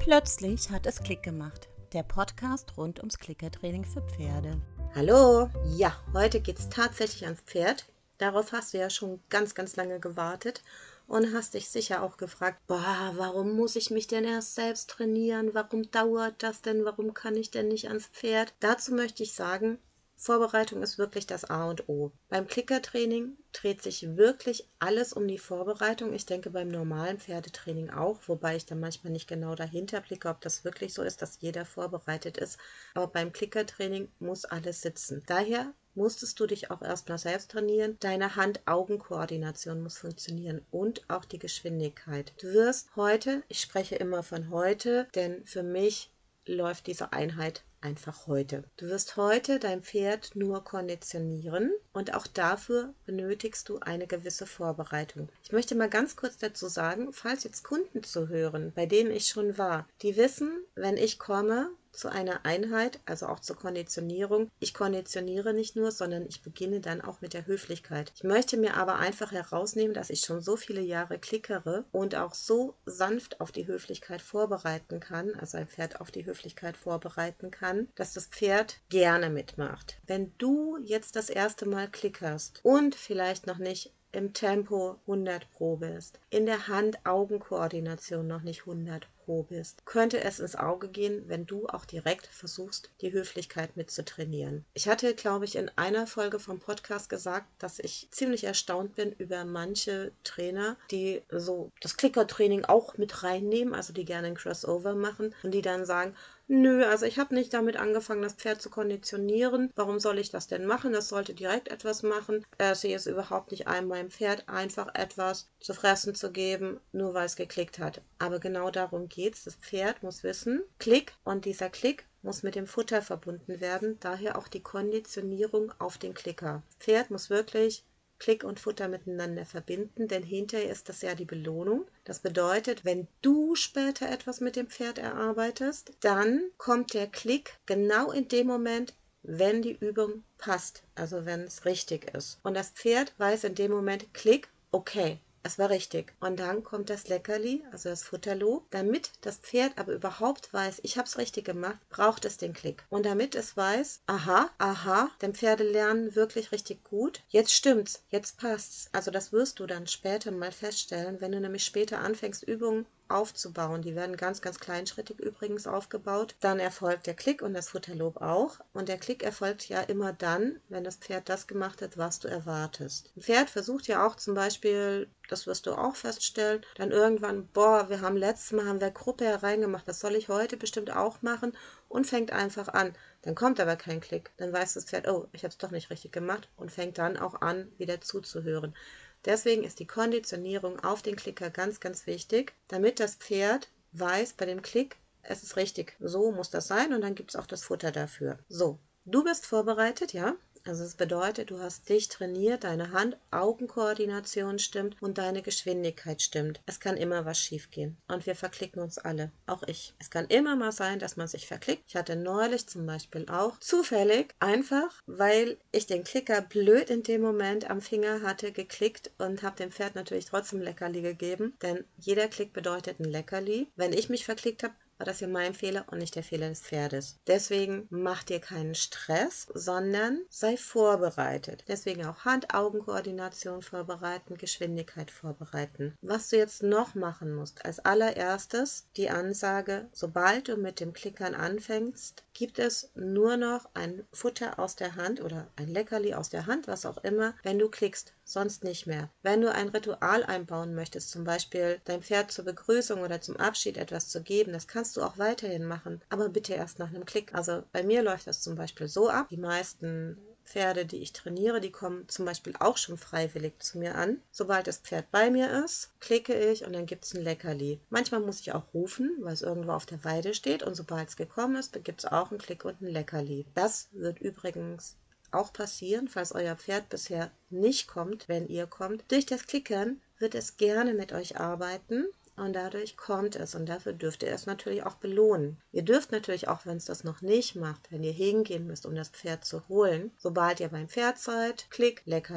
Plötzlich hat es Klick gemacht. Der Podcast rund ums Klickertraining für Pferde. Hallo, ja, heute geht's tatsächlich ans Pferd. Darauf hast du ja schon ganz, ganz lange gewartet und hast dich sicher auch gefragt, warum muss ich mich denn erst selbst trainieren? Warum dauert das denn? Warum kann ich denn nicht ans Pferd? Dazu möchte ich sagen, Vorbereitung ist wirklich das A und O. Beim Klickertraining dreht sich wirklich alles um die Vorbereitung. Ich denke beim normalen Pferdetraining auch, wobei ich dann manchmal nicht genau dahinter blicke, ob das wirklich so ist, dass jeder vorbereitet ist. Aber beim Klickertraining muss alles sitzen. Daher musstest du dich auch erstmal selbst trainieren. Deine Hand-Augen-Koordination muss funktionieren und auch die Geschwindigkeit. Du wirst heute, ich spreche immer von heute, denn für mich läuft diese Einheit einfach heute. Du wirst heute dein Pferd nur konditionieren und auch dafür benötigst du eine gewisse Vorbereitung. Ich möchte mal ganz kurz dazu sagen, falls jetzt Kunden zuhören, bei denen ich schon war, die wissen, wenn ich komme zu einer Einheit, also auch zur Konditionierung. Ich konditioniere nicht nur, sondern ich beginne dann auch mit der Höflichkeit. Ich möchte mir aber einfach herausnehmen, dass ich schon so viele Jahre klickere und auch so sanft auf die Höflichkeit vorbereiten kann, also ein Pferd auf die Höflichkeit vorbereiten kann, dass das Pferd gerne mitmacht. Wenn du jetzt das erste Mal klickerst und vielleicht noch nicht im Tempo 100 Pro bist, in der Hand-Augen-Koordination noch nicht 100 Pro bist, könnte es ins Auge gehen, wenn du auch direkt versuchst, die Höflichkeit mitzutrainieren. Ich hatte, glaube ich, in einer Folge vom Podcast gesagt, dass ich ziemlich erstaunt bin über manche Trainer, die so das Klickertraining auch mit reinnehmen, also die gerne ein Crossover machen und die dann sagen, nö, also ich habe nicht damit angefangen, das Pferd zu konditionieren. Warum soll ich das denn machen? Das sollte direkt etwas machen. Ich sehe es überhaupt nicht ein, meinem Pferd einfach etwas zu fressen zu geben, nur weil es geklickt hat. Aber genau darum geht's. Das Pferd muss wissen, Klick, und dieser Klick muss mit dem Futter verbunden werden. Daher auch die Konditionierung auf den Klicker. Das Pferd muss wirklich Klick und Futter miteinander verbinden, denn hinterher ist das ja die Belohnung. Das bedeutet, wenn du später etwas mit dem Pferd erarbeitest, dann kommt der Klick genau in dem Moment, wenn die Übung passt, also wenn es richtig ist. Und das Pferd weiß in dem Moment, Klick, okay, es war richtig. Und dann kommt das Leckerli, also das Futterlob. Damit das Pferd aber überhaupt weiß, ich habe es richtig gemacht, braucht es den Klick. Und damit es weiß, aha, denn Pferde lernen wirklich richtig gut. Jetzt stimmt's, jetzt passt's. Also das wirst du dann später mal feststellen, wenn du nämlich später anfängst, Übungen aufzubauen. Die werden ganz, ganz kleinschrittig übrigens aufgebaut. Dann erfolgt der Klick und das Futterlob auch. Und der Klick erfolgt ja immer dann, wenn das Pferd das gemacht hat, was du erwartest. Ein Pferd versucht ja auch zum Beispiel, das wirst du auch feststellen, dann irgendwann, wir haben letztes Mal Gruppe hereingemacht, das soll ich heute bestimmt auch machen, und fängt einfach an. Dann kommt aber kein Klick. Dann weiß das Pferd, oh, ich habe es doch nicht richtig gemacht, und fängt dann auch an, wieder zuzuhören. Deswegen ist die Konditionierung auf den Klicker ganz, ganz wichtig, damit das Pferd weiß, bei dem Klick, es ist richtig, so muss das sein, und dann gibt es auch das Futter dafür. So, du bist vorbereitet, ja? Also es bedeutet, du hast dich trainiert, deine Hand-Augen-Koordination stimmt und deine Geschwindigkeit stimmt. Es kann immer was schiefgehen und wir verklicken uns alle, auch ich. Es kann immer mal sein, dass man sich verklickt. Ich hatte neulich zum Beispiel auch zufällig, einfach weil ich den Klicker blöd in dem Moment am Finger hatte, geklickt und habe dem Pferd natürlich trotzdem Leckerli gegeben, denn jeder Klick bedeutet ein Leckerli. Wenn ich mich verklickt habe, war das ja mein Fehler und nicht der Fehler des Pferdes. Deswegen mach dir keinen Stress, sondern sei vorbereitet. Deswegen auch Hand-Augen-Koordination vorbereiten, Geschwindigkeit vorbereiten. Was du jetzt noch machen musst, als allererstes die Ansage, sobald du mit dem Klickern anfängst, gibt es nur noch ein Futter aus der Hand oder ein Leckerli aus der Hand, was auch immer, wenn du klickst. Sonst nicht mehr. Wenn du ein Ritual einbauen möchtest, zum Beispiel dein Pferd zur Begrüßung oder zum Abschied etwas zu geben, das kannst du auch weiterhin machen, aber bitte erst nach einem Klick. Also bei mir läuft das zum Beispiel so ab. Die meisten Pferde, die ich trainiere, die kommen zum Beispiel auch schon freiwillig zu mir an. Sobald das Pferd bei mir ist, klicke ich und dann gibt es ein Leckerli. Manchmal muss ich auch rufen, weil es irgendwo auf der Weide steht, und sobald es gekommen ist, gibt es auch einen Klick und ein Leckerli. Das wird übrigens auch passieren, falls euer Pferd bisher nicht kommt, wenn ihr kommt. Durch das Klickern wird es gerne mit euch arbeiten und dadurch kommt es, und dafür dürft ihr es natürlich auch belohnen. Ihr dürft natürlich auch, wenn es das noch nicht macht, wenn ihr hingehen müsst, um das Pferd zu holen, sobald ihr beim Pferd seid, Klick, Leckerli.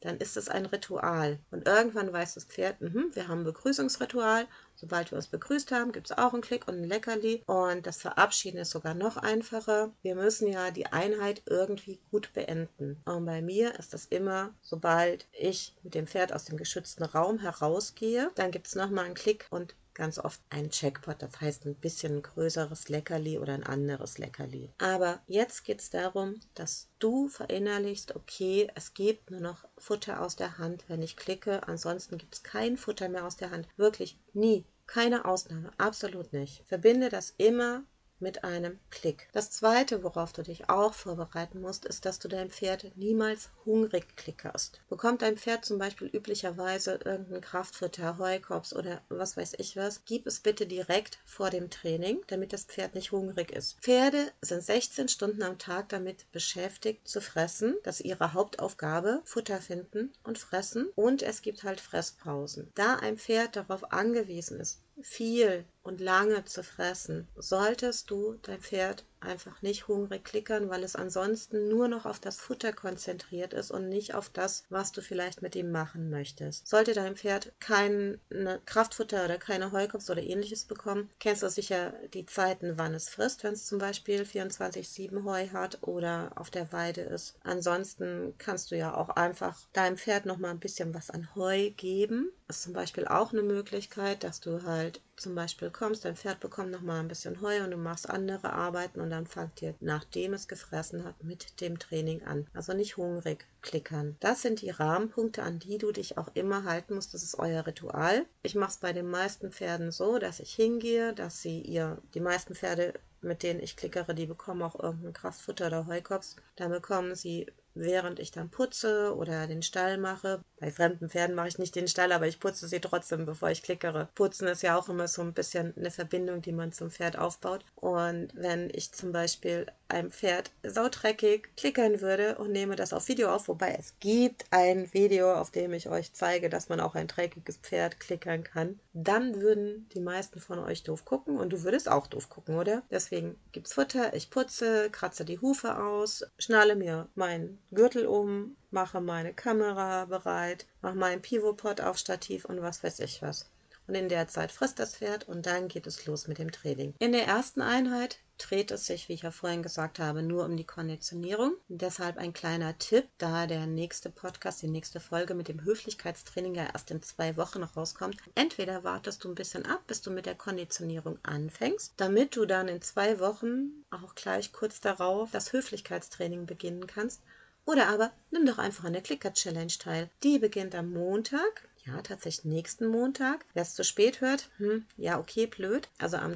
dann ist es ein Ritual. Und irgendwann weiß das Pferd, wir haben ein Begrüßungsritual. Sobald wir uns begrüßt haben, gibt es auch einen Klick und ein Leckerli. Und das Verabschieden ist sogar noch einfacher. Wir müssen ja die Einheit irgendwie gut beenden. Und bei mir ist das immer, sobald ich mit dem Pferd aus dem geschützten Raum herausgehe, dann gibt es nochmal einen Klick und ganz oft ein Jackpot, das heißt ein bisschen größeres Leckerli oder ein anderes Leckerli. Aber jetzt geht es darum, dass du verinnerlichst, okay, es gibt nur noch Futter aus der Hand, wenn ich klicke, ansonsten gibt es kein Futter mehr aus der Hand. Wirklich nie. Keine Ausnahme, absolut nicht. Verbinde das immer mit einem Klick. Das Zweite, worauf du dich auch vorbereiten musst, ist, dass du dein Pferd niemals hungrig klickerst. Bekommt dein Pferd zum Beispiel üblicherweise irgendein Kraftfutter, Heukops oder was weiß ich was, gib es bitte direkt vor dem Training, damit das Pferd nicht hungrig ist. Pferde sind 16 Stunden am Tag damit beschäftigt zu fressen. Das ist ihre Hauptaufgabe, Futter finden und fressen. Und es gibt halt Fresspausen. Da ein Pferd darauf angewiesen ist, viel und lange zu fressen, solltest du dein Pferd einfach nicht hungrig klickern, weil es ansonsten nur noch auf das Futter konzentriert ist und nicht auf das, was du vielleicht mit ihm machen möchtest. Sollte dein Pferd kein Kraftfutter oder keine Heukops oder ähnliches bekommen, kennst du sicher die Zeiten, wann es frisst, wenn es zum Beispiel 24/7 Heu hat oder auf der Weide ist. Ansonsten kannst du ja auch einfach deinem Pferd noch mal ein bisschen was an Heu geben. Das ist zum Beispiel auch eine Möglichkeit, dass du halt zum Beispiel kommst, dein Pferd bekommt noch mal ein bisschen Heu und du machst andere Arbeiten und dann fangt ihr, nachdem es gefressen hat, mit dem Training an. Also nicht hungrig klickern. Das sind die Rahmenpunkte, an die du dich auch immer halten musst. Das ist euer Ritual. Ich mache es bei den meisten Pferden so, dass ich hingehe, dass die meisten Pferde, mit denen ich klickere, die bekommen auch irgendein Kraftfutter oder Heukops. Dann bekommen sie, während ich dann putze oder den Stall mache. Bei fremden Pferden mache ich nicht den Stall, aber ich putze sie trotzdem, bevor ich klickere. Putzen ist ja auch immer so ein bisschen eine Verbindung, die man zum Pferd aufbaut. Und wenn ich zum Beispiel einem Pferd saudreckig klickern würde und nehme das auf Video auf, wobei es gibt ein Video, auf dem ich euch zeige, dass man auch ein dreckiges Pferd klickern kann, dann würden die meisten von euch doof gucken und du würdest auch doof gucken, oder? Deswegen gibt's Futter, ich putze, kratze die Hufe aus, schnalle mir meinen Gürtel um, mache meine Kamera bereit, mache meinen Pivopod auf Stativ und was weiß ich was. Und in der Zeit frisst das Pferd und dann geht es los mit dem Training. In der ersten Einheit dreht es sich, wie ich ja vorhin gesagt habe, nur um die Konditionierung. Deshalb ein kleiner Tipp, da der nächste Podcast, die nächste Folge mit dem Höflichkeitstraining ja erst in 2 Wochen rauskommt. Entweder wartest du ein bisschen ab, bis du mit der Konditionierung anfängst, damit du dann in 2 Wochen auch gleich kurz darauf das Höflichkeitstraining beginnen kannst. Oder aber nimm doch einfach an der Clicker-Challenge teil. Die beginnt am Montag. Ja, tatsächlich nächsten Montag. Wer es zu spät hört, ja, okay, blöd. Also am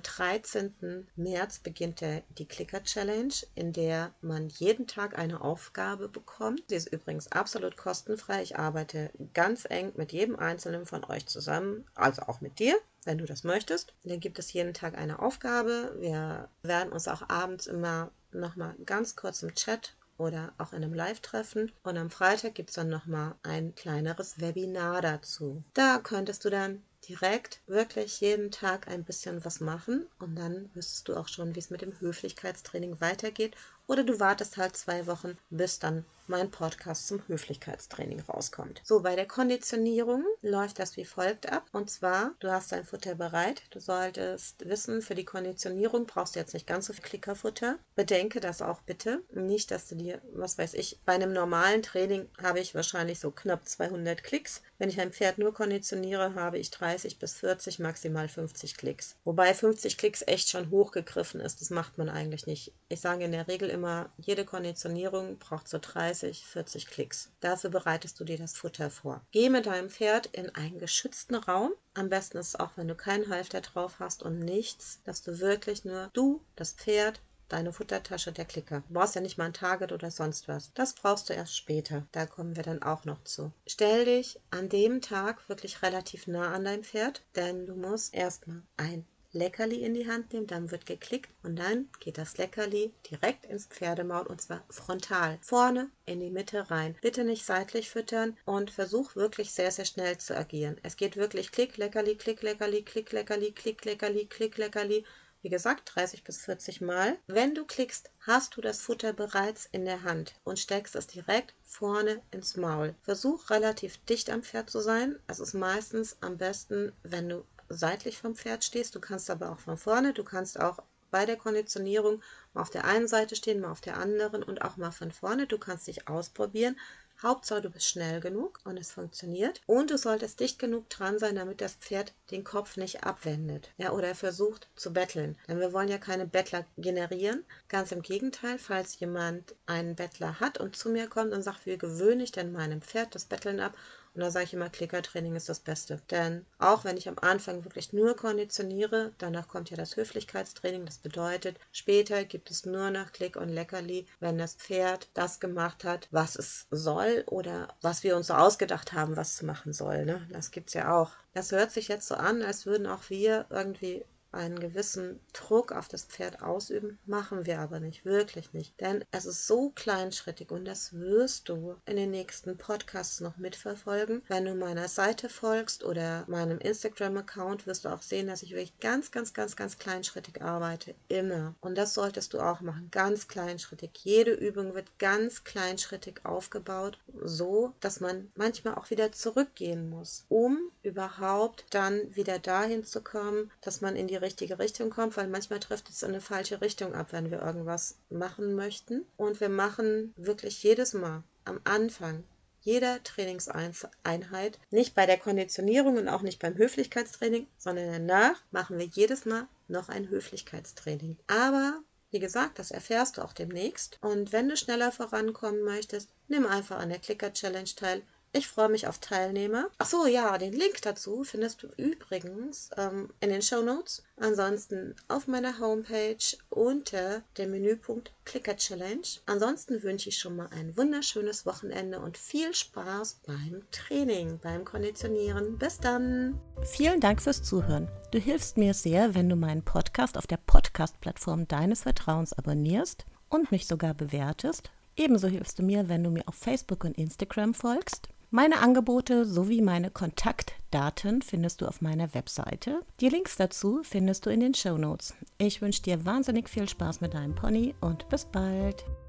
13. März beginnt die Clicker-Challenge, in der man jeden Tag eine Aufgabe bekommt. Sie ist übrigens absolut kostenfrei. Ich arbeite ganz eng mit jedem Einzelnen von euch zusammen, also auch mit dir, wenn du das möchtest. Dann gibt es jeden Tag eine Aufgabe. Wir werden uns auch abends immer nochmal ganz kurz im Chat oder auch in einem Live-Treffen. Und am Freitag gibt es dann nochmal ein kleineres Webinar dazu. Da könntest du dann direkt wirklich jeden Tag ein bisschen was machen und dann wüsstest du auch schon, wie es mit dem Höflichkeitstraining weitergeht. Oder du wartest halt 2 Wochen, bis dann mein Podcast zum Höflichkeitstraining rauskommt. So, bei der Konditionierung läuft das wie folgt ab. Und zwar, du hast dein Futter bereit. Du solltest wissen, für die Konditionierung brauchst du jetzt nicht ganz so viel Klickerfutter. Bedenke das auch bitte. Nicht, dass du dir, was weiß ich, bei einem normalen Training habe ich wahrscheinlich so knapp 200 Klicks. Wenn ich ein Pferd nur konditioniere, habe ich 30 bis 40, maximal 50 Klicks. Wobei 50 Klicks echt schon hochgegriffen ist. Das macht man eigentlich nicht. Ich sage in der Regel immer, jede Konditionierung braucht so 30, 40 Klicks. Dafür bereitest du dir das Futter vor. Geh mit deinem Pferd in einen geschützten Raum. Am besten ist es auch, wenn du keinen Halfter drauf hast und nichts, dass du wirklich nur du, das Pferd, deine Futtertasche, der Klicker. Du brauchst ja nicht mal ein Target oder sonst was. Das brauchst du erst später. Da kommen wir dann auch noch zu. Stell dich an dem Tag wirklich relativ nah an dein Pferd, denn du musst erstmal ein Leckerli in die Hand nehmen, dann wird geklickt und dann geht das Leckerli direkt ins Pferdemaul und zwar frontal. Vorne in die Mitte rein. Bitte nicht seitlich füttern und versuch wirklich sehr, sehr schnell zu agieren. Es geht wirklich Klick, Leckerli, Klick, Leckerli, Klick, Leckerli, Klick, Leckerli, Klick, Leckerli. wie gesagt, 30 bis 40 Mal. Wenn du klickst, hast du das Futter bereits in der Hand und steckst es direkt vorne ins Maul. Versuch relativ dicht am Pferd zu sein. Es ist meistens am besten, wenn du seitlich vom Pferd stehst. Du kannst aber auch von vorne, du kannst auch bei der Konditionierung mal auf der einen Seite stehen, mal auf der anderen und auch mal von vorne. Du kannst dich ausprobieren. Hauptsache, du bist schnell genug und es funktioniert. Und du solltest dicht genug dran sein, damit das Pferd den Kopf nicht abwendet. Ja, oder versucht zu betteln. Denn wir wollen ja keine Bettler generieren. Ganz im Gegenteil, falls jemand einen Bettler hat und zu mir kommt und sagt, wie gewöhne ich denn meinem Pferd das Betteln ab? Und da sage ich immer, Klickertraining ist das Beste. Denn auch wenn ich am Anfang wirklich nur konditioniere, danach kommt ja das Höflichkeitstraining. Das bedeutet, später gibt es nur noch Klick und Leckerli, wenn das Pferd das gemacht hat, was es soll oder was wir uns so ausgedacht haben, was es machen soll. Ne? Das gibt es ja auch. Das hört sich jetzt so an, als würden auch wir irgendwie einen gewissen Druck auf das Pferd ausüben, machen wir aber nicht, wirklich nicht. Denn es ist so kleinschrittig und das wirst du in den nächsten Podcasts noch mitverfolgen. Wenn du meiner Seite folgst oder meinem Instagram-Account, wirst du auch sehen, dass ich wirklich ganz kleinschrittig arbeite. Immer. Und das solltest du auch machen. Ganz kleinschrittig. Jede Übung wird ganz kleinschrittig aufgebaut, so, dass man manchmal auch wieder zurückgehen muss, um überhaupt dann wieder dahin zu kommen, dass man in die richtige Richtung kommt, weil manchmal trifft es in eine falsche Richtung ab, wenn wir irgendwas machen möchten. Und wir machen wirklich jedes Mal am Anfang jeder Trainingseinheit, nicht bei der Konditionierung und auch nicht beim Höflichkeitstraining, sondern danach machen wir jedes Mal noch ein Höflichkeitstraining. Aber wie gesagt, das erfährst du auch demnächst. Und wenn du schneller vorankommen möchtest, nimm einfach an der Clicker-Challenge teil. Ich freue mich auf Teilnehmer. Achso, ja, den Link dazu findest du übrigens in den Shownotes. Ansonsten auf meiner Homepage unter dem Menüpunkt Clicker Challenge. Ansonsten wünsche ich schon mal ein wunderschönes Wochenende und viel Spaß beim Training, beim Konditionieren. Bis dann! Vielen Dank fürs Zuhören. Du hilfst mir sehr, wenn du meinen Podcast auf der Podcast-Plattform deines Vertrauens abonnierst und mich sogar bewertest. Ebenso hilfst du mir, wenn du mir auf Facebook und Instagram folgst. Meine Angebote sowie meine Kontaktdaten findest du auf meiner Webseite. Die Links dazu findest du in den Shownotes. Ich wünsche dir wahnsinnig viel Spaß mit deinem Pony und bis bald.